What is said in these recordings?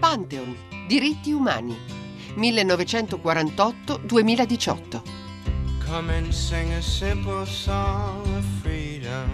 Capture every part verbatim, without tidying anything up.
Pantheon, diritti umani, millenovecentoquarantotto duemiladiciotto. Come and sing a simple song of freedom.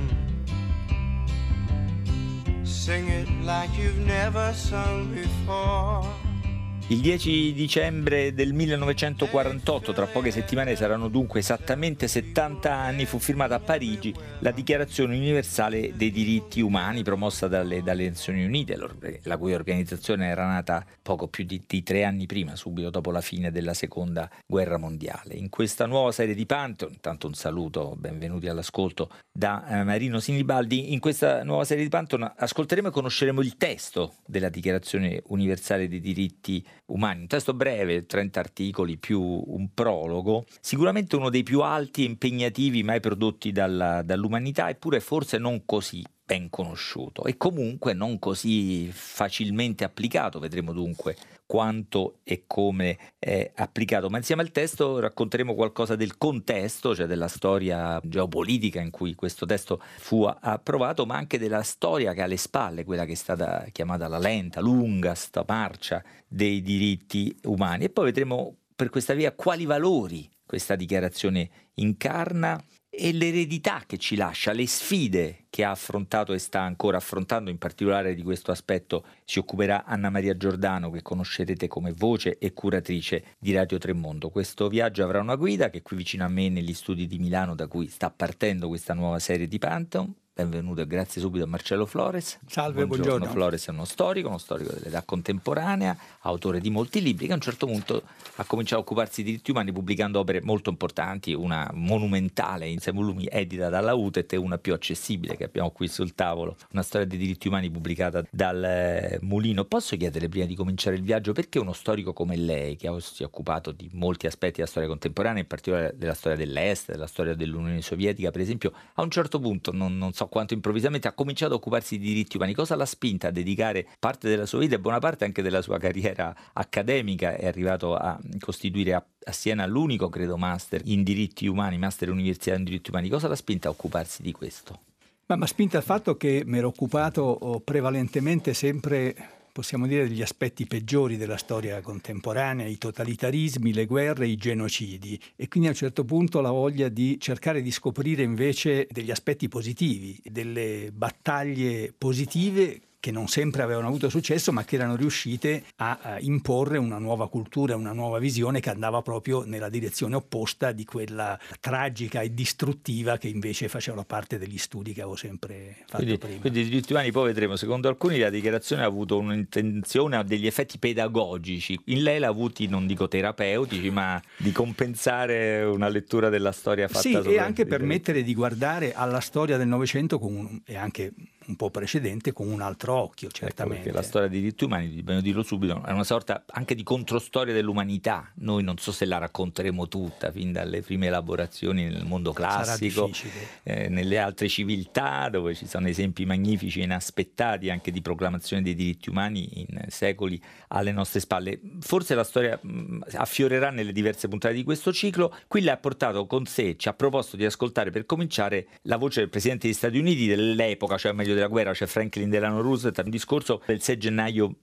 Sing it like you've never sung before. Il dieci dicembre del millenovecentoquarantotto, tra poche settimane saranno dunque esattamente settanta anni, fu firmata a Parigi la Dichiarazione Universale dei Diritti Umani, promossa dalle, dalle Nazioni Unite, la cui organizzazione era nata poco più di, di tre anni prima, subito dopo la fine della Seconda Guerra Mondiale. In questa nuova serie di Pantheon, intanto un saluto, benvenuti all'ascolto da eh, Marino Sinibaldi, in questa nuova serie di Pantheon ascolteremo e conosceremo il testo della Dichiarazione Universale dei Diritti Umani, un testo breve, trenta articoli più un prologo, sicuramente uno dei più alti e impegnativi mai prodotti dalla, dall'umanità, eppure forse non così ben conosciuto e comunque non così facilmente applicato. Vedremo dunque quanto e come è applicato, ma insieme al testo racconteremo qualcosa del contesto, cioè della storia geopolitica in cui questo testo fu approvato, ma anche della storia che ha alle spalle, quella che è stata chiamata la lenta, lunga sta marcia dei diritti umani, e poi vedremo per questa via quali valori questa dichiarazione incarna e l'eredità che ci lascia, le sfide che ha affrontato e sta ancora affrontando. In particolare di questo aspetto si occuperà Anna Maria Giordano, che conoscerete come voce e curatrice di Radio Tremondo. Questo viaggio avrà una guida che è qui vicino a me negli studi di Milano, da cui sta partendo questa nuova serie di Pantheon. Benvenuto e grazie subito a Marcello Flores. Salve, buongiorno. buongiorno. Flores è uno storico, uno storico dell'età contemporanea, autore di molti libri, che a un certo punto ha cominciato a occuparsi di diritti umani pubblicando opere molto importanti, una monumentale in sei volumi edita dalla U T E T e una più accessibile che abbiamo qui sul tavolo, una storia dei diritti umani pubblicata dal eh, Mulino. Posso chiedere, prima di cominciare il viaggio, perché uno storico come lei, che si è occupato di molti aspetti della storia contemporanea, in particolare della storia dell'Est, della storia dell'Unione Sovietica per esempio, a un certo punto, non, non so quanto improvvisamente, ha cominciato a occuparsi di diritti umani? Cosa l'ha spinta a dedicare parte della sua vita e buona parte anche della sua carriera accademica? È arrivato a costituire a, a Siena l'unico, credo, master in diritti umani, master universitario in diritti umani. Cosa l'ha spinta a occuparsi di questo? Ma mi ha spinta il fatto che mi ero occupato prevalentemente sempre, possiamo dire, degli aspetti peggiori della storia contemporanea, i totalitarismi, le guerre, i genocidi, e quindi a un certo punto la voglia di cercare di scoprire invece degli aspetti positivi, delle battaglie positive che non sempre avevano avuto successo, ma che erano riuscite a imporre una nuova cultura, una nuova visione che andava proprio nella direzione opposta di quella tragica e distruttiva che invece faceva parte degli studi che avevo sempre fatto quindi, prima. Quindi i diritti umani, poi vedremo, secondo alcuni la dichiarazione ha avuto un'intenzione, ha degli effetti pedagogici. In lei l'ha avuti, non dico terapeutici, ma di compensare una lettura della storia fatta. Sì, e anche di permettere di guardare alla storia del Novecento con un, e anche un po' precedente con un altro occhio, certamente. Ecco, perché la storia dei diritti umani, dobbiamo dirlo subito, è una sorta anche di controstoria dell'umanità. Noi non so se la racconteremo tutta, fin dalle prime elaborazioni nel mondo classico, eh, nelle altre civiltà, dove ci sono esempi magnifici e inaspettati anche di proclamazione dei diritti umani in secoli alle nostre spalle. Forse la storia mh, affiorerà nelle diverse puntate di questo ciclo. Qui le ha portato con sé, ci ha proposto di ascoltare per cominciare la voce del Presidente degli Stati Uniti dell'epoca, cioè meglio della guerra, cioè Franklin Delano Roosevelt, un discorso del sei gennaio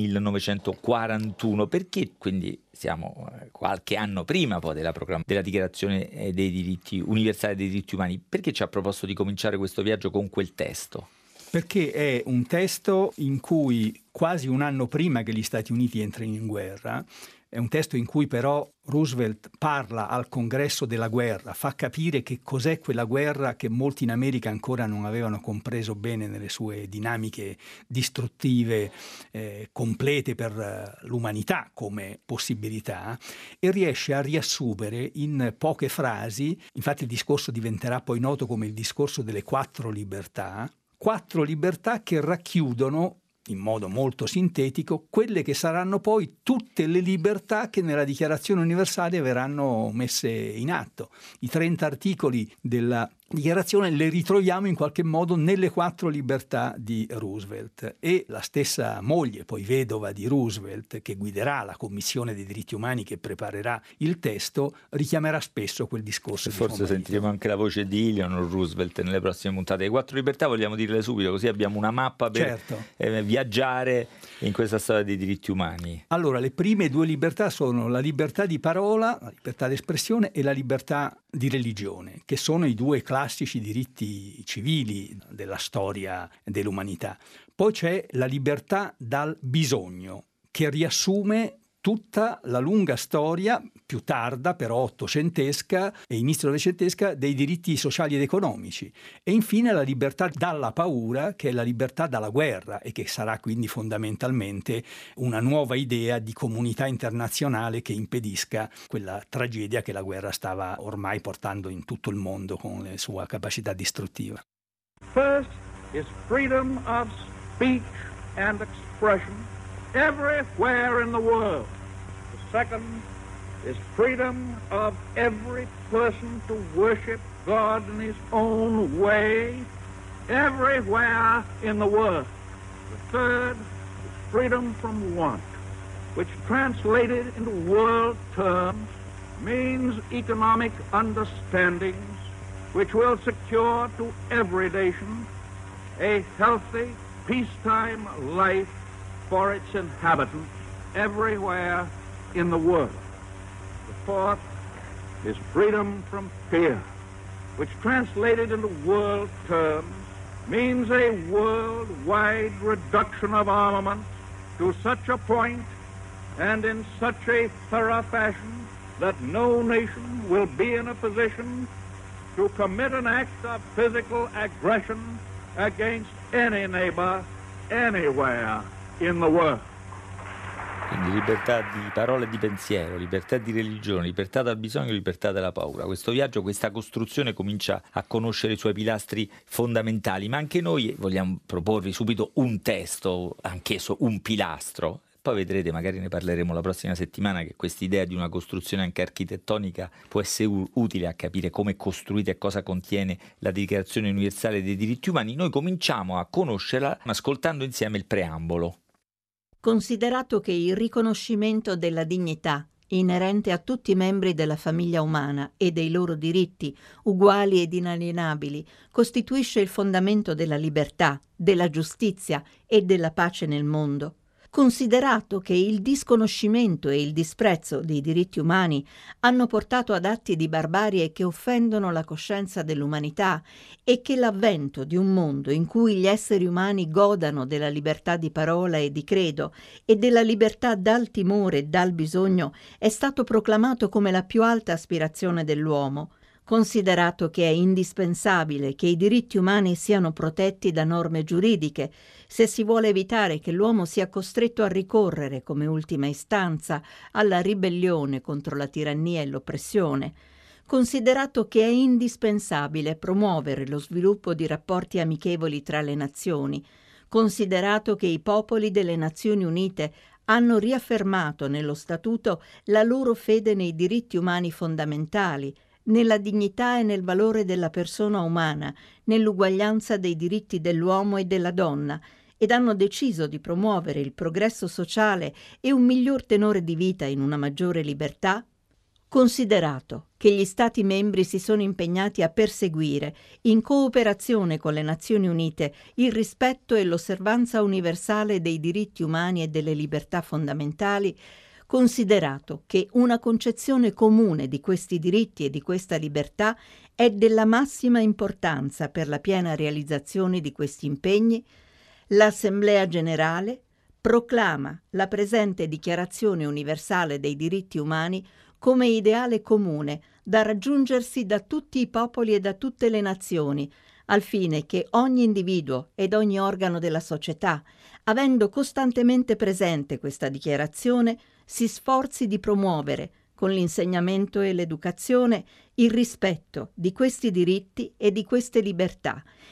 millenovecentoquarantuno. Perché quindi siamo qualche anno prima poi della, della dichiarazione dei diritti universali dei diritti umani? Perché ci ha proposto di cominciare questo viaggio con quel testo? Perché è un testo in cui quasi un anno prima che gli Stati Uniti entrino in guerra, è un testo in cui però Roosevelt parla al congresso della guerra, fa capire che cos'è quella guerra che molti in America ancora non avevano compreso bene nelle sue dinamiche distruttive, eh, complete per l'umanità come possibilità, e riesce a riassumere in poche frasi. Infatti il discorso diventerà poi noto come il discorso delle quattro libertà, quattro libertà che racchiudono in modo molto sintetico quelle che saranno poi tutte le libertà che nella Dichiarazione Universale verranno messe in atto. I trenta articoli della dichiarazione le ritroviamo in qualche modo nelle quattro libertà di Roosevelt, e la stessa moglie, poi vedova di Roosevelt, che guiderà la commissione dei diritti umani che preparerà il testo, richiamerà spesso quel discorso. Forse sentiremo anche la voce di Eleanor Roosevelt nelle prossime puntate. Le quattro libertà vogliamo dirle subito, così abbiamo una mappa per certo. eh, viaggiare in questa storia dei diritti umani. Allora, le prime due libertà sono la libertà di parola, la libertà d'espressione, e la libertà di religione, che sono i due classici diritti civili della storia dell'umanità. Poi c'è la libertà dal bisogno, che riassume tutta la lunga storia, più tarda però ottocentesca e inizio novecentesca, dei diritti sociali ed economici. E infine la libertà dalla paura, che è la libertà dalla guerra, e che sarà quindi fondamentalmente una nuova idea di comunità internazionale che impedisca quella tragedia che la guerra stava ormai portando in tutto il mondo con la sua capacità distruttiva. First is freedom of speech and expression everywhere in the world. The second is freedom of every person to worship God in his own way everywhere in the world. The third is freedom from want, which translated into world terms means economic understandings which will secure to every nation a healthy, peacetime life for its inhabitants everywhere in the world. The fourth is freedom from fear, which translated into world terms means a worldwide reduction of armaments to such a point and in such a thorough fashion that no nation will be in a position to commit an act of physical aggression against any neighbor anywhere in the world. Quindi libertà di parola e di pensiero, libertà di religione, libertà dal bisogno, libertà dalla paura. Questo viaggio, questa costruzione comincia a conoscere i suoi pilastri fondamentali, ma anche noi vogliamo proporvi subito un testo, anch'esso un pilastro. Poi vedrete, magari ne parleremo la prossima settimana, che quest'idea di una costruzione anche architettonica può essere u- utile a capire come è costruita e cosa contiene la Dichiarazione Universale dei Diritti Umani. Noi cominciamo a conoscerla ascoltando insieme il preambolo. Considerato che il riconoscimento della dignità inerente a tutti i membri della famiglia umana e dei loro diritti uguali ed inalienabili costituisce il fondamento della libertà, della giustizia e della pace nel mondo, considerato che il disconoscimento e il disprezzo dei diritti umani hanno portato ad atti di barbarie che offendono la coscienza dell'umanità e che l'avvento di un mondo in cui gli esseri umani godano della libertà di parola e di credo e della libertà dal timore e dal bisogno è stato proclamato come la più alta aspirazione dell'uomo, considerato che è indispensabile che i diritti umani siano protetti da norme giuridiche se si vuole evitare che l'uomo sia costretto a ricorrere come ultima istanza alla ribellione contro la tirannia e l'oppressione, considerato che è indispensabile promuovere lo sviluppo di rapporti amichevoli tra le nazioni, considerato che i popoli delle Nazioni Unite hanno riaffermato nello Statuto la loro fede nei diritti umani fondamentali, nella dignità e nel valore della persona umana, nell'uguaglianza dei diritti dell'uomo e della donna, ed hanno deciso di promuovere il progresso sociale e un miglior tenore di vita in una maggiore libertà, considerato che gli Stati membri si sono impegnati a perseguire, in cooperazione con le Nazioni Unite, il rispetto e l'osservanza universale dei diritti umani e delle libertà fondamentali, considerato che una concezione comune di questi diritti e di questa libertà è della massima importanza per la piena realizzazione di questi impegni, l'Assemblea Generale proclama la presente Dichiarazione Universale dei Diritti Umani come ideale comune da raggiungersi da tutti i popoli e da tutte le nazioni, al fine che ogni individuo ed ogni organo della società, avendo costantemente presente questa dichiarazione, si sforzi di promuovere, con l'insegnamento e l'educazione, il rispetto di questi diritti e di queste libertà,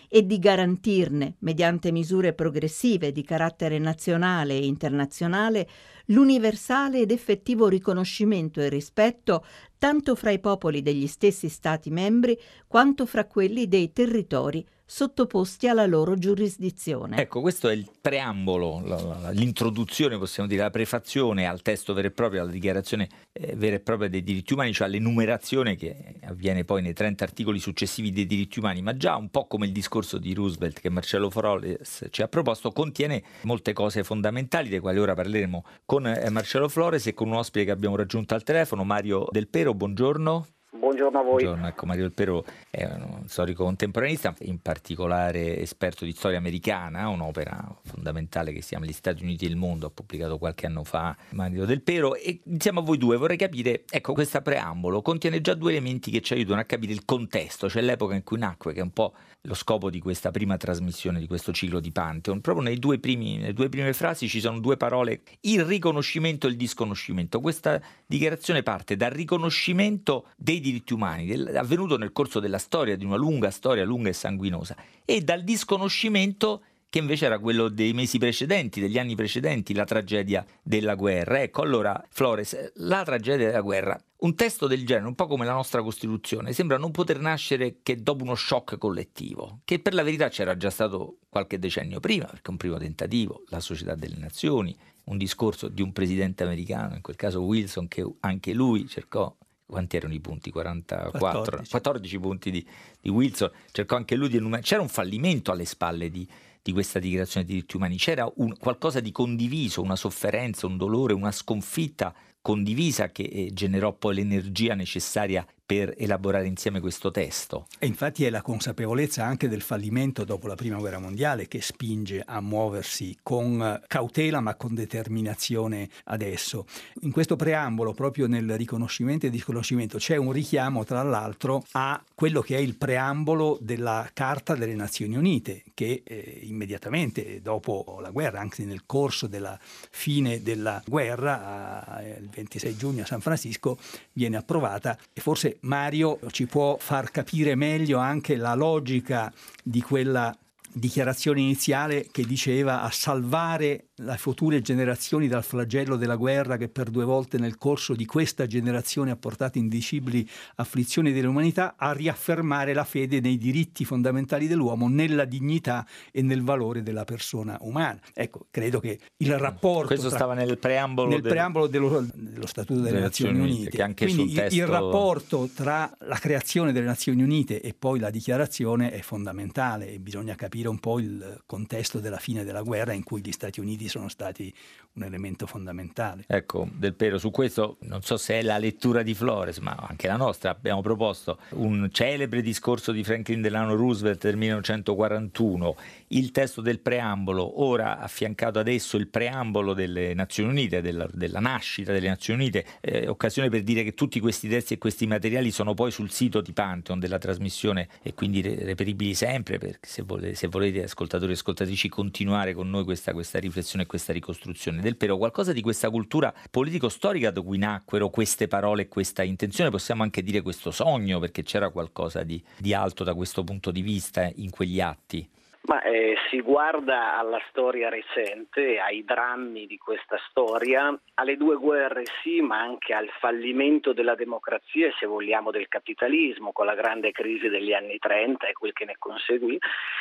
e di garantirne, mediante misure progressive di carattere nazionale e internazionale, l'universale ed effettivo riconoscimento e rispetto tanto fra i popoli degli stessi Stati membri quanto fra quelli dei territori sottoposti alla loro giurisdizione. Ecco, questo è il preambolo, la, la, l'introduzione, possiamo dire, la prefazione al testo vero e proprio, alla dichiarazione eh, vera e propria dei diritti umani, cioè l'enumerazione che avviene poi nei trenta articoli successivi dei diritti umani, ma già un po' come il discorso di Roosevelt che Marcello Flores ci ha proposto, contiene molte cose fondamentali, dei quali ora parleremo con eh, Marcello Flores e con un ospite che abbiamo raggiunto al telefono, Mario Del Pero. Buongiorno. Buongiorno a voi. Buongiorno, ecco, Mario Del Pero è un storico contemporaneista, in particolare esperto di storia americana, un'opera fondamentale che si chiama Gli Stati Uniti e il mondo, ha pubblicato qualche anno fa Mario Del Pero, e insieme a voi due vorrei capire, ecco, questo preambolo contiene già due elementi che ci aiutano a capire il contesto, cioè l'epoca in cui nacque, che è un po' lo scopo di questa prima trasmissione, di questo ciclo di Pantheon. Proprio nei due primi, nelle due prime frasi ci sono due parole, il riconoscimento e il disconoscimento. Questa dichiarazione parte dal riconoscimento dei diritti umani, del, avvenuto nel corso della storia, di una lunga storia, lunga e sanguinosa, e dal disconoscimento che invece era quello dei mesi precedenti, degli anni precedenti, la tragedia della guerra. Ecco, allora, Flores, la tragedia della guerra, un testo del genere, un po' come la nostra Costituzione, sembra non poter nascere che dopo uno shock collettivo, che per la verità c'era già stato qualche decennio prima, perché un primo tentativo, la Società delle Nazioni, un discorso di un presidente americano, in quel caso Wilson, che anche lui cercò, quanti erano i punti? quarantaquattro, quattordici, quattordici punti di, di Wilson, cercò anche lui di enumerare. C'era un fallimento alle spalle di, di questa dichiarazione dei diritti umani, c'era un, qualcosa di condiviso, una sofferenza, un dolore, una sconfitta condivisa che eh, generò poi l'energia necessaria per elaborare insieme questo testo. E infatti è la consapevolezza anche del fallimento dopo la Prima Guerra Mondiale che spinge a muoversi con cautela ma con determinazione adesso. In questo preambolo, proprio nel riconoscimento e disconoscimento, c'è un richiamo tra l'altro a quello che è il preambolo della Carta delle Nazioni Unite, che eh, immediatamente dopo la guerra, anche nel corso della fine della guerra, eh, il ventisei giugno a San Francisco, viene approvata. E forse Mario ci può far capire meglio anche la logica di quella dichiarazione iniziale che diceva a salvare le future generazioni dal flagello della guerra che per due volte nel corso di questa generazione ha portato indicibili afflizioni dell'umanità, a riaffermare la fede nei diritti fondamentali dell'uomo, nella dignità e nel valore della persona umana. Ecco, credo che il rapporto... Questo tra, stava nel preambolo, nel del, preambolo dello, dello Statuto delle, delle Nazioni Unite. Unite. Che anche Quindi sul testo... il rapporto tra la creazione delle Nazioni Unite e poi la dichiarazione è fondamentale e bisogna capire un po' il contesto della fine della guerra in cui gli Stati Uniti sono stati un elemento fondamentale. Ecco, Del Pero, su questo non so se è la lettura di Flores, ma anche la nostra. Abbiamo proposto un celebre discorso di Franklin Delano Roosevelt del millenovecentoquarantuno, il testo del preambolo, ora affiancato ad esso il preambolo delle Nazioni Unite, della, della nascita delle Nazioni Unite, eh, occasione per dire che tutti questi testi e questi materiali sono poi sul sito di Pantheon della trasmissione e quindi reperibili sempre, perché se volete, se volete ascoltatori e ascoltatrici continuare con noi questa, questa riflessione e questa ricostruzione. Del Pero, qualcosa di questa cultura politico-storica da cui nacquero queste parole e questa intenzione, possiamo anche dire questo sogno, perché c'era qualcosa di, di alto da questo punto di vista in quegli atti. Ma eh, si guarda alla storia recente, ai drammi di questa storia, alle due guerre sì, ma anche al fallimento della democrazia e, se vogliamo, del capitalismo, con la grande crisi degli anni trenta e quel che ne conseguì.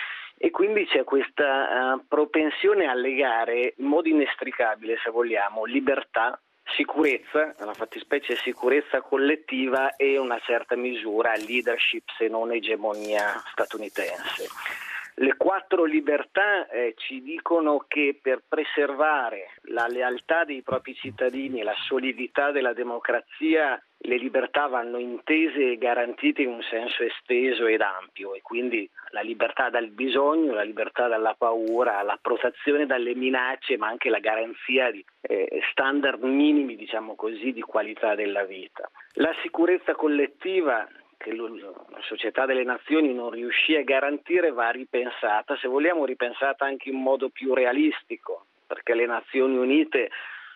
E quindi c'è questa uh, propensione a legare in modo inestricabile, se vogliamo, libertà, sicurezza, nella fattispecie sicurezza collettiva, e una certa misura leadership, se non egemonia statunitense. Le quattro libertà eh, ci dicono che per preservare la lealtà dei propri cittadini e la solidità della democrazia, le libertà vanno intese e garantite in un senso esteso ed ampio, e quindi la libertà dal bisogno, la libertà dalla paura, la protezione dalle minacce, ma anche la garanzia di eh, standard minimi, diciamo così, di qualità della vita. La sicurezza collettiva, che la Società delle Nazioni non riuscì a garantire, va ripensata, se vogliamo ripensata anche in modo più realistico, perché le Nazioni Unite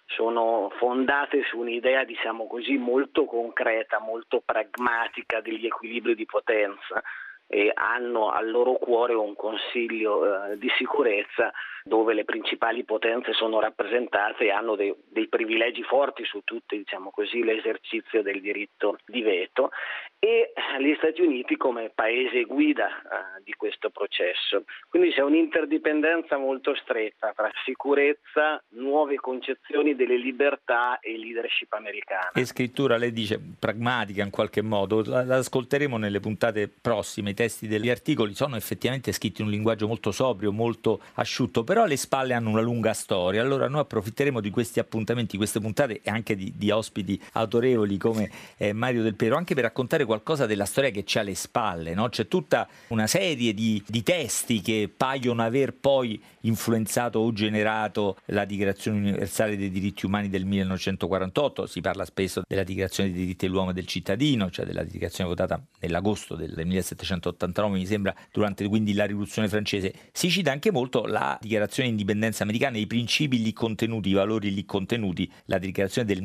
sono fondate su un'idea, diciamo così, molto concreta, molto pragmatica degli equilibri di potenza, e hanno al loro cuore un Consiglio eh, di sicurezza dove le principali potenze sono rappresentate e hanno dei, dei privilegi forti su tutti, diciamo così, l'esercizio del diritto di veto, e gli Stati Uniti come paese guida eh, di questo processo. Quindi c'è un'interdipendenza molto stretta tra sicurezza, nuove concezioni delle libertà e leadership americana. E scrittura, lei dice, pragmatica in qualche modo, l'ascolteremo nelle puntate prossime. I testi degli articoli sono effettivamente scritti in un linguaggio molto sobrio, molto asciutto, però alle spalle hanno una lunga storia. Allora noi approfitteremo di questi appuntamenti, queste puntate, e anche di, di ospiti autorevoli come eh, Mario Del Pero, anche per raccontare qualcosa della storia che c'è alle spalle, no? C'è tutta una serie di, di testi che paiono aver poi influenzato o generato la Dichiarazione Universale dei Diritti Umani del millenovecentoquarantotto. Si parla spesso della Dichiarazione dei Diritti dell'Uomo e del Cittadino, cioè della dichiarazione votata nell'agosto del millesettecentottantanove, mi sembra, durante quindi la Rivoluzione francese. Si cita anche molto la Dichiarazione di Indipendenza americana, i principi lì contenuti, i valori lì contenuti, la Dichiarazione del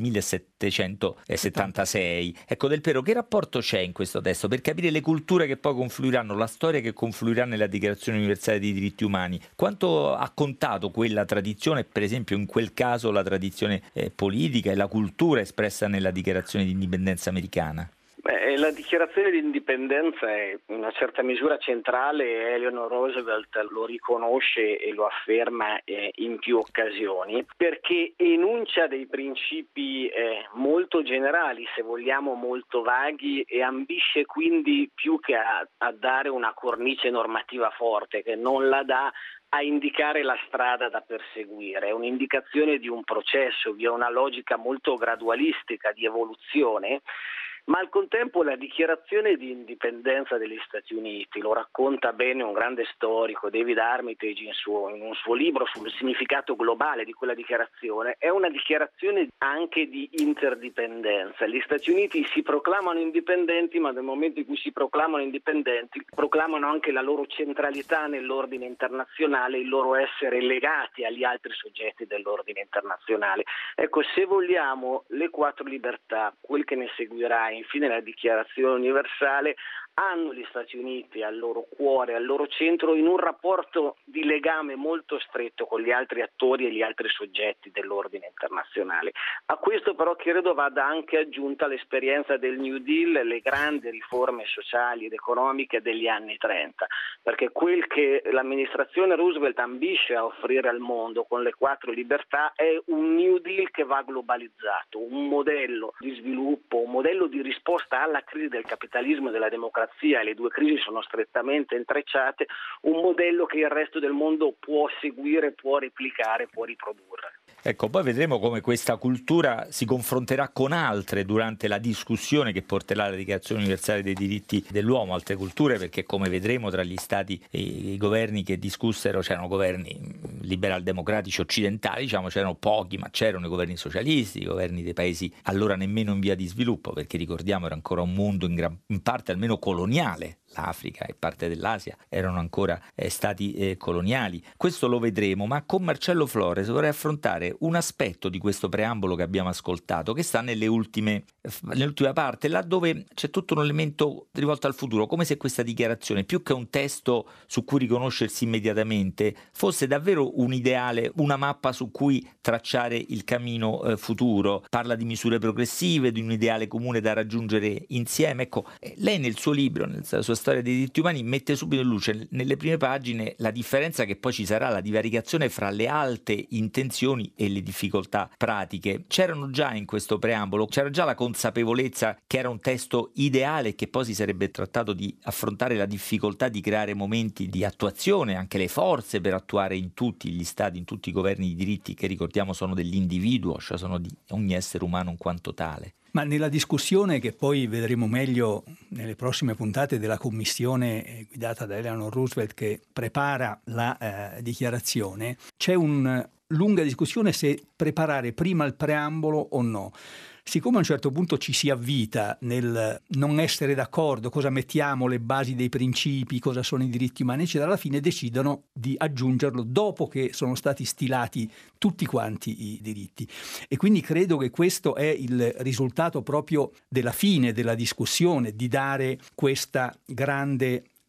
millesettecentosettantasei. Ecco, Del Pero, che rapporto c'è in questo testo per capire le culture che poi confluiranno, la storia che confluirà nella Dichiarazione Universale dei Diritti Umani? Quanto ha contato quella tradizione, per esempio in quel caso la tradizione eh, politica e la cultura espressa nella Dichiarazione di Indipendenza americana? Beh, la dichiarazione di indipendenza è in una certa misura centrale e Eleanor Roosevelt lo riconosce e lo afferma eh, in più occasioni, perché enuncia dei principi eh, molto generali, se vogliamo molto vaghi, e ambisce quindi più che a, a dare una cornice normativa forte, che non la dà, a indicare la strada da perseguire. È un'indicazione di un processo, vi è una logica molto gradualistica di evoluzione, ma al contempo la dichiarazione di indipendenza degli Stati Uniti, lo racconta bene un grande storico, David Armitage, in, suo, in un suo libro sul significato globale di quella dichiarazione, è una dichiarazione anche di interdipendenza. Gli Stati Uniti si proclamano indipendenti, ma nel momento in cui si proclamano indipendenti, proclamano anche la loro centralità nell'ordine internazionale, il loro essere legati agli altri soggetti dell'ordine internazionale. Ecco, se vogliamo, le quattro libertà, quel che ne seguirà, infine la Dichiarazione Universale, hanno gli Stati Uniti al loro cuore, al loro centro, in un rapporto di legame molto stretto con gli altri attori e gli altri soggetti dell'ordine internazionale. A questo però credo vada anche aggiunta l'esperienza del New Deal, le grandi riforme sociali ed economiche degli anni trenta, perché quel che l'amministrazione Roosevelt ambisce a offrire al mondo con le quattro libertà è un New Deal che va globalizzato, un modello di sviluppo, un modello di risposta alla crisi del capitalismo e della democrazia, e le due crisi sono strettamente intrecciate, un modello che il resto del mondo può seguire, può replicare, può riprodurre. Ecco, poi vedremo come questa cultura si confronterà con altre durante la discussione che porterà alla Dichiarazione Universale dei Diritti dell'Uomo, altre culture, perché come vedremo tra gli stati e i governi che discussero c'erano governi liberal-democratici occidentali, diciamo c'erano pochi, ma c'erano i governi socialisti, i governi dei paesi allora nemmeno in via di sviluppo, perché ricordiamo era ancora un mondo in, gran, in parte almeno coloniale. L'Africa e parte dell'Asia erano ancora eh, stati eh, coloniali. Questo lo vedremo, ma con Marcello Flores vorrei affrontare un aspetto di questo preambolo che abbiamo ascoltato, che sta nelle ultime, nell'ultima parte, là dove c'è tutto un elemento rivolto al futuro, come se questa dichiarazione, più che un testo su cui riconoscersi immediatamente, fosse davvero un ideale, una mappa su cui tracciare il cammino eh, futuro. Parla di misure progressive, di un ideale comune da raggiungere insieme. Ecco, eh, lei nel suo libro, nella sua storia dei diritti umani, mette subito in luce nelle prime pagine la differenza che poi ci sarà, la divaricazione fra le alte intenzioni e le difficoltà pratiche. C'erano già in questo preambolo, c'era già la consapevolezza che era un testo ideale e che poi si sarebbe trattato di affrontare la difficoltà di creare momenti di attuazione, anche le forze per attuare in tutti gli stati, in tutti i governi i diritti che ricordiamo sono dell'individuo, cioè sono di ogni essere umano in quanto tale. Ma nella discussione che poi vedremo meglio nelle prossime puntate della commissione guidata da Eleanor Roosevelt che prepara la eh, dichiarazione, c'è una lunga discussione se preparare prima il preambolo o no. Siccome a un certo punto ci si avvita nel non essere d'accordo, cosa mettiamo, le basi dei principi, cosa sono i diritti umani, eccetera, alla fine decidono di aggiungerlo dopo che sono stati stilati tutti quanti i diritti. E quindi credo che questo è il risultato proprio della fine della discussione, di dare questa grande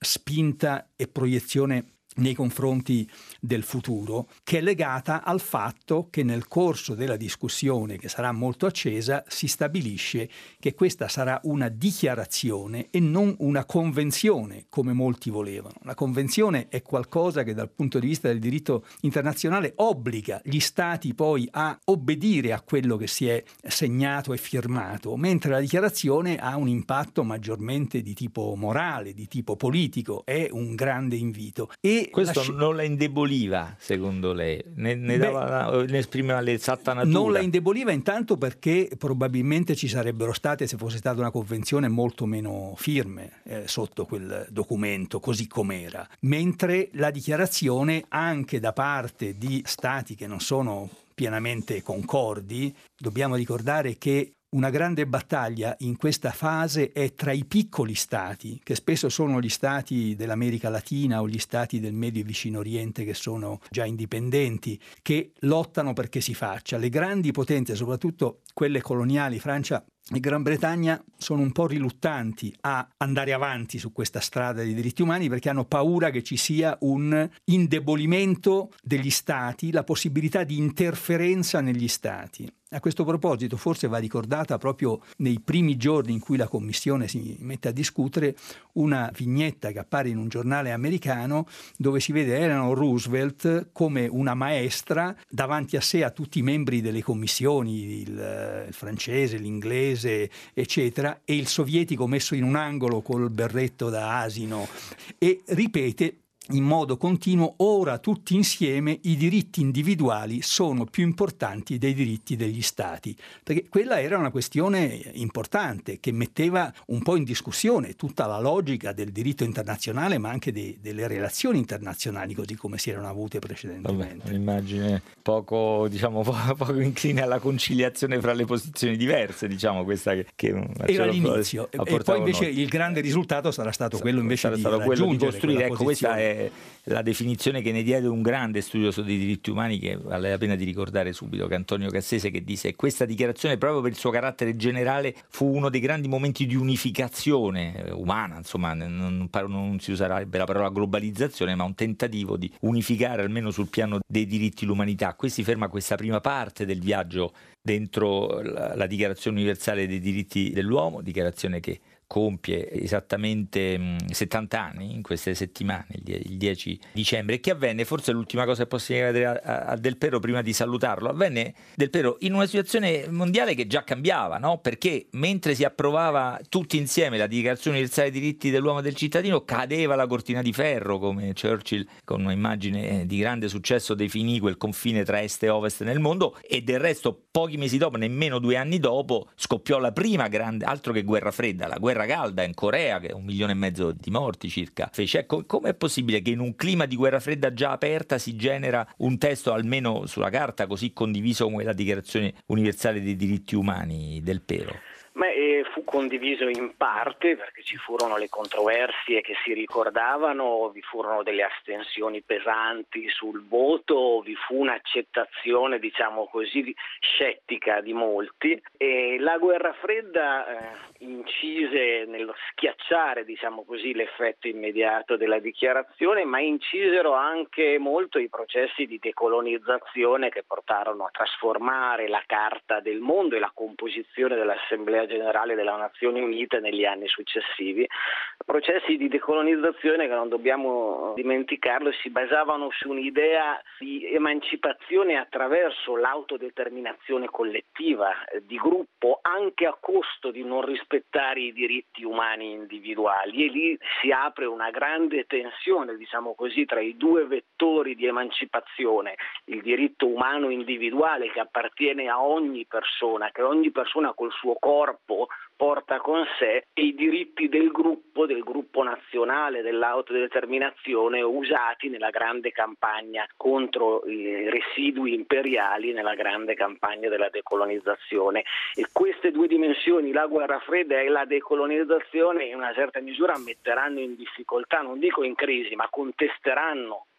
spinta e proiezione nei confronti del futuro, che è legata al fatto che nel corso della discussione, che sarà molto accesa, si stabilisce che questa sarà una dichiarazione e non una convenzione, come molti volevano. La convenzione è qualcosa che dal punto di vista del diritto internazionale obbliga gli stati poi a obbedire a quello che si è segnato e firmato, mentre la dichiarazione ha un impatto maggiormente di tipo morale, di tipo politico, è un grande invito. E questo sc- non la indeboliva, secondo lei? Ne, ne, Beh, dava, ne esprimeva l'esatta natura? Non la indeboliva intanto perché probabilmente ci sarebbero state, se fosse stata una convenzione, molto meno firme eh, sotto quel documento, così com'era. Mentre la dichiarazione, anche da parte di stati che non sono pienamente concordi, dobbiamo ricordare che una grande battaglia in questa fase è tra i piccoli stati, che spesso sono gli stati dell'America Latina o gli stati del Medio e Vicino Oriente che sono già indipendenti, che lottano perché si faccia. Le grandi potenze, soprattutto quelle coloniali, Francia e Gran Bretagna, sono un po' riluttanti a andare avanti su questa strada dei diritti umani perché hanno paura che ci sia un indebolimento degli stati, la possibilità di interferenza negli stati. A questo proposito forse va ricordata proprio nei primi giorni in cui la Commissione si mette a discutere una vignetta che appare in un giornale americano dove si vede Eleanor Roosevelt come una maestra davanti a sé a tutti i membri delle commissioni, il, il francese, l'inglese, eccetera, e il sovietico messo in un angolo col berretto da asino, e ripete in modo continuo: ora tutti insieme i diritti individuali sono più importanti dei diritti degli stati, perché quella era una questione importante che metteva un po' in discussione tutta la logica del diritto internazionale, ma anche de- delle relazioni internazionali così come si erano avute precedentemente. Vabbè, un'immagine poco, diciamo, poco, poco incline alla conciliazione fra le posizioni diverse, diciamo, questa che, che era l'inizio, e poi invece noi. Il grande risultato sarà stato quello invece sarà di stato quello di costruire, ecco, questa è la definizione che ne diede un grande studioso dei diritti umani, che vale la pena di ricordare subito, che è Antonio Cassese, che disse: questa dichiarazione, proprio per il suo carattere generale, fu uno dei grandi momenti di unificazione umana, insomma non, non si userebbe la parola globalizzazione, ma un tentativo di unificare almeno sul piano dei diritti l'umanità. Qui si ferma questa prima parte del viaggio dentro la, la Dichiarazione Universale dei Diritti dell'Uomo, dichiarazione che compie esattamente mh, settanta anni in queste settimane, il dieci dicembre. E che avvenne, forse l'ultima cosa che posso dire a, a Del Pero prima di salutarlo, avvenne, Del Pero, in una situazione mondiale che già cambiava, no? Perché mentre si approvava tutti insieme la Dichiarazione Universale dei Diritti dell'Uomo e del Cittadino, cadeva la cortina di ferro, come Churchill, con un'immagine di grande successo, definì quel confine tra est e ovest nel mondo, e del resto pochi mesi dopo, nemmeno due anni dopo, scoppiò la prima grande, altro che guerra fredda, la guerra calda in Corea, che è un milione e mezzo di morti circa fece. Ecco, com'è possibile che in un clima di guerra fredda già aperta si genera un testo, almeno sulla carta, così condiviso come la Dichiarazione Universale dei Diritti Umani, Del Pero? Ma eh, fu condiviso in parte perché ci furono le controversie che si ricordavano, vi furono delle astensioni pesanti sul voto, vi fu un'accettazione, diciamo così, scettica di molti, e la guerra fredda eh, incise nello schiacciare, diciamo così, l'effetto immediato della dichiarazione, ma incisero anche molto i processi di decolonizzazione che portarono a trasformare la carta del mondo e la composizione dell'Assemblea Generale delle Nazioni Unite negli anni successivi. Processi di decolonizzazione che, non dobbiamo dimenticarlo, si basavano su un'idea di emancipazione attraverso l'autodeterminazione collettiva, di gruppo, anche a costo di non rispettare i diritti umani individuali, e lì si apre una grande tensione, diciamo così, tra i due vettori di emancipazione: il diritto umano individuale che appartiene a ogni persona, che ogni persona col suo corpo porta con sé, e i diritti del gruppo, del gruppo nazionale, dell'autodeterminazione, usati nella grande campagna contro i residui imperiali, nella grande campagna della decolonizzazione. E queste due dimensioni, la guerra fredda e la decolonizzazione, in una certa misura metteranno in difficoltà, non dico in crisi, ma contesteranno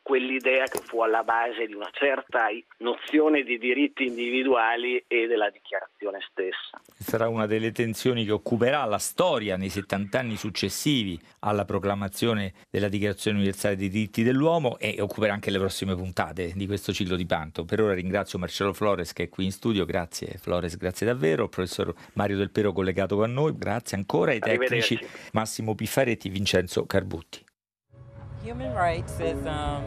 quell'idea che fu alla base di una certa nozione di diritti individuali e della dichiarazione stessa. Sarà una delle tensioni che occuperà la storia nei settanta anni successivi alla proclamazione della Dichiarazione Universale dei Diritti dell'Uomo e occuperà anche le prossime puntate di questo ciclo di Panto. Per ora ringrazio Marcello Flores che è qui in studio, grazie Flores, grazie davvero, il professor Mario Del Pero collegato con noi, grazie ancora ai tecnici Massimo Piffaretti e Vincenzo Carbutti. Human rights is, um,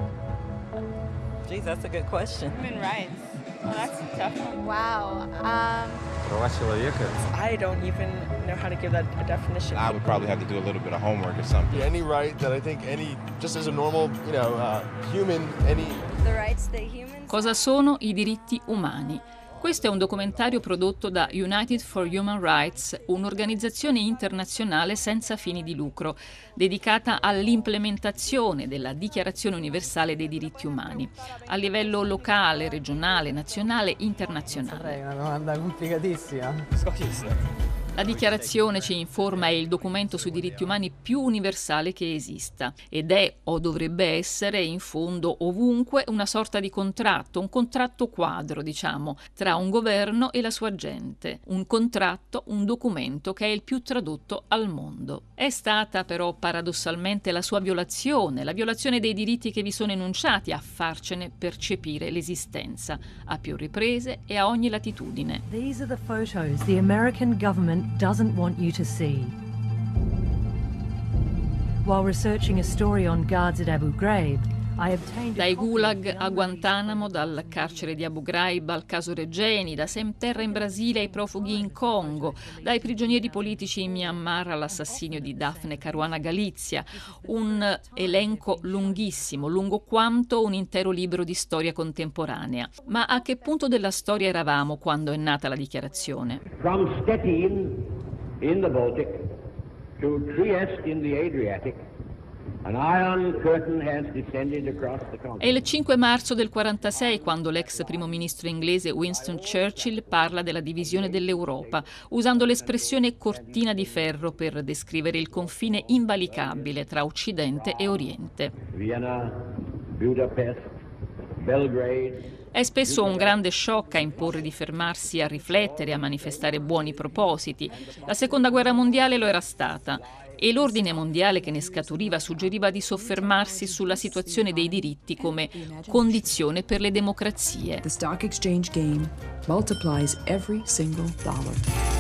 geez, that's a good question. Human rights. Well, that's a tough one. Wow. Um, I don't even know how to give that a definition. I would probably have to do a little bit of homework or something. Any right that I think any, just as a normal, you know, uh, human, any... The rights that humans... Cosa sono i diritti umani? Questo è un documentario prodotto da United for Human Rights, un'organizzazione internazionale senza fini di lucro, dedicata all'implementazione della Dichiarazione Universale dei Diritti Umani, a livello locale, regionale, nazionale, internazionale. È una domanda complicatissima. La dichiarazione, ci informa, è il documento sui diritti umani più universale che esista ed è, o dovrebbe essere, in fondo ovunque una sorta di contratto, un contratto quadro, diciamo, tra un governo e la sua gente. Un contratto, un documento che è il più tradotto al mondo. È stata però paradossalmente la sua violazione, la violazione dei diritti che vi sono enunciati a farcene percepire l'esistenza, a più riprese e a ogni latitudine. These are the photos the American government doesn't want you to see. While researching a story on guards at Abu Ghraib, I obtained dai gulag a Guantanamo, dal carcere di Abu Ghraib al caso Regeni, da Semterra in Brasile ai profughi in Congo, dai prigionieri politici in Myanmar all'assassinio di Daphne Caruana Galizia, un elenco lunghissimo, lungo quanto un intero libro di storia contemporanea. Ma a che punto della storia eravamo quando è nata la dichiarazione? From Stettin in the Baltic to Trieste in the Adriatic, an iron curtain has descended across the continent. È il cinque marzo del quarantasei quando l'ex primo ministro inglese Winston Churchill parla della divisione dell'Europa, usando l'espressione cortina di ferro per descrivere il confine invalicabile tra Occidente e Oriente. Vienna, Budapest, Belgrade. È spesso un grande shock a imporre di fermarsi a riflettere, a manifestare buoni propositi. La seconda guerra mondiale lo era stata e l'ordine mondiale che ne scaturiva suggeriva di soffermarsi sulla situazione dei diritti come condizione per le democrazie. The stock exchange game multiplies every single dollar.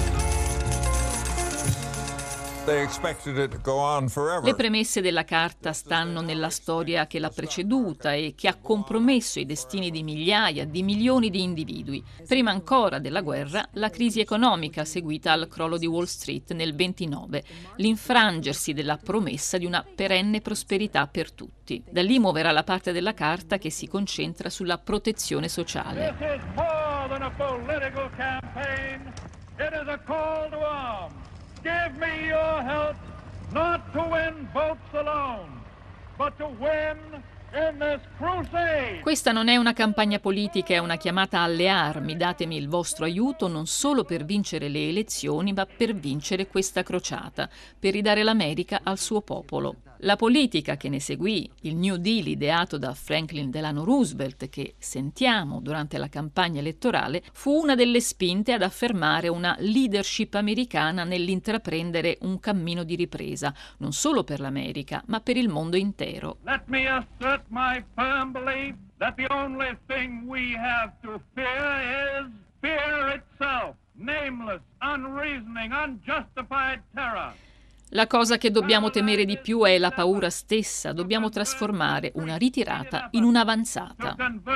Le premesse della Carta stanno nella storia che l'ha preceduta e che ha compromesso i destini di migliaia, di milioni di individui. Prima ancora della guerra, la crisi economica seguita al crollo di Wall Street nel ventinove, l'infrangersi della promessa di una perenne prosperità per tutti. Da lì muoverà la parte della Carta che si concentra sulla protezione sociale. This is more than a political campaign. It is a call to arms. Give me your help, not to win votes alone, but to win in this crusade. Questa non è una campagna politica, è una chiamata alle armi. Datemi il vostro aiuto non solo per vincere le elezioni, ma per vincere questa crociata, per ridare l'America al suo popolo. La politica che ne seguì, il New Deal ideato da Franklin Delano Roosevelt, che sentiamo durante la campagna elettorale, fu una delle spinte ad affermare una leadership americana nell'intraprendere un cammino di ripresa, non solo per l'America, ma per il mondo intero. Let me assert my firm belief that the only thing we have to fear is fear itself, nameless, unreasoning, unjustified terror. La cosa che dobbiamo temere di più è la paura stessa. Dobbiamo trasformare una ritirata in un'avanzata.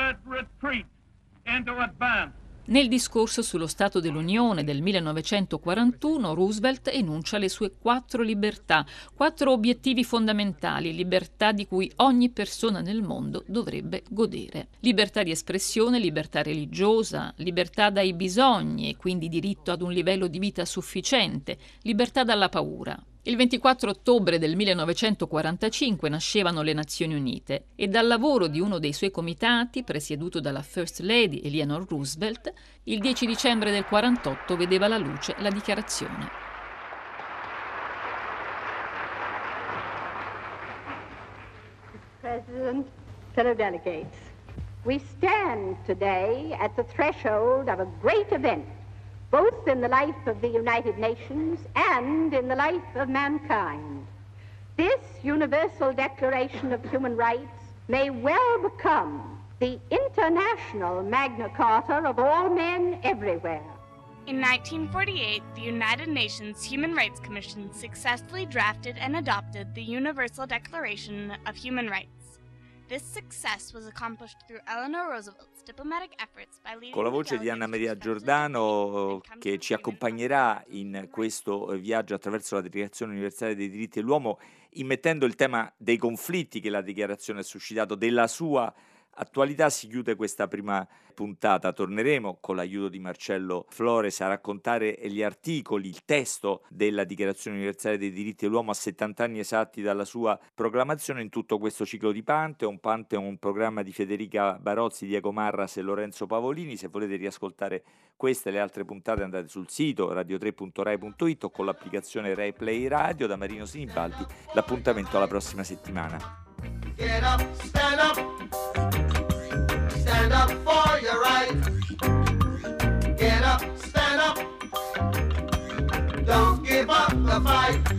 Nel discorso sullo Stato dell'Unione del millenovecentoquarantuno, Roosevelt enuncia le sue quattro libertà, quattro obiettivi fondamentali, libertà di cui ogni persona nel mondo dovrebbe godere. Libertà di espressione, libertà religiosa, libertà dai bisogni e quindi diritto ad un livello di vita sufficiente, libertà dalla paura. Il ventiquattro ottobre del millenovecentoquarantacinque nascevano le Nazioni Unite e dal lavoro di uno dei suoi comitati, presieduto dalla First Lady Eleanor Roosevelt, il dieci dicembre del quarantotto vedeva la luce la dichiarazione. President, fellow delegates, we stand today at the threshold of a great event, both in the life of the United Nations and in the life of mankind. This Universal Declaration of Human Rights may well become the international Magna Carta of all men everywhere. In nineteen forty-eight, the United Nations Human Rights Commission successfully drafted and adopted the Universal Declaration of Human Rights. This success was accomplished through Eleanor Roosevelt's diplomatic efforts by leading Con la voce di Anna Maria Giordano, che ci accompagnerà in questo viaggio attraverso la Dichiarazione Universale dei Diritti dell'Uomo, immettendo il tema dei conflitti che la dichiarazione ha suscitato, della sua attualità, si chiude questa prima puntata. Torneremo con l'aiuto di Marcello Flores a raccontare gli articoli, il testo della Dichiarazione Universale dei Diritti dell'Uomo a settanta anni esatti dalla sua proclamazione, in tutto questo ciclo di Pantheon. Pantheon, un programma di Federica Barozzi, Diego Marras e Lorenzo Pavolini. Se volete riascoltare queste e le altre puntate andate sul sito radio tre punto rai punto it o con l'applicazione Rai Play Radio. Da Marino Sinibaldi, l'appuntamento alla prossima settimana. Get up, stand up, stand up for your right. Get up, stand up, don't give up the fight.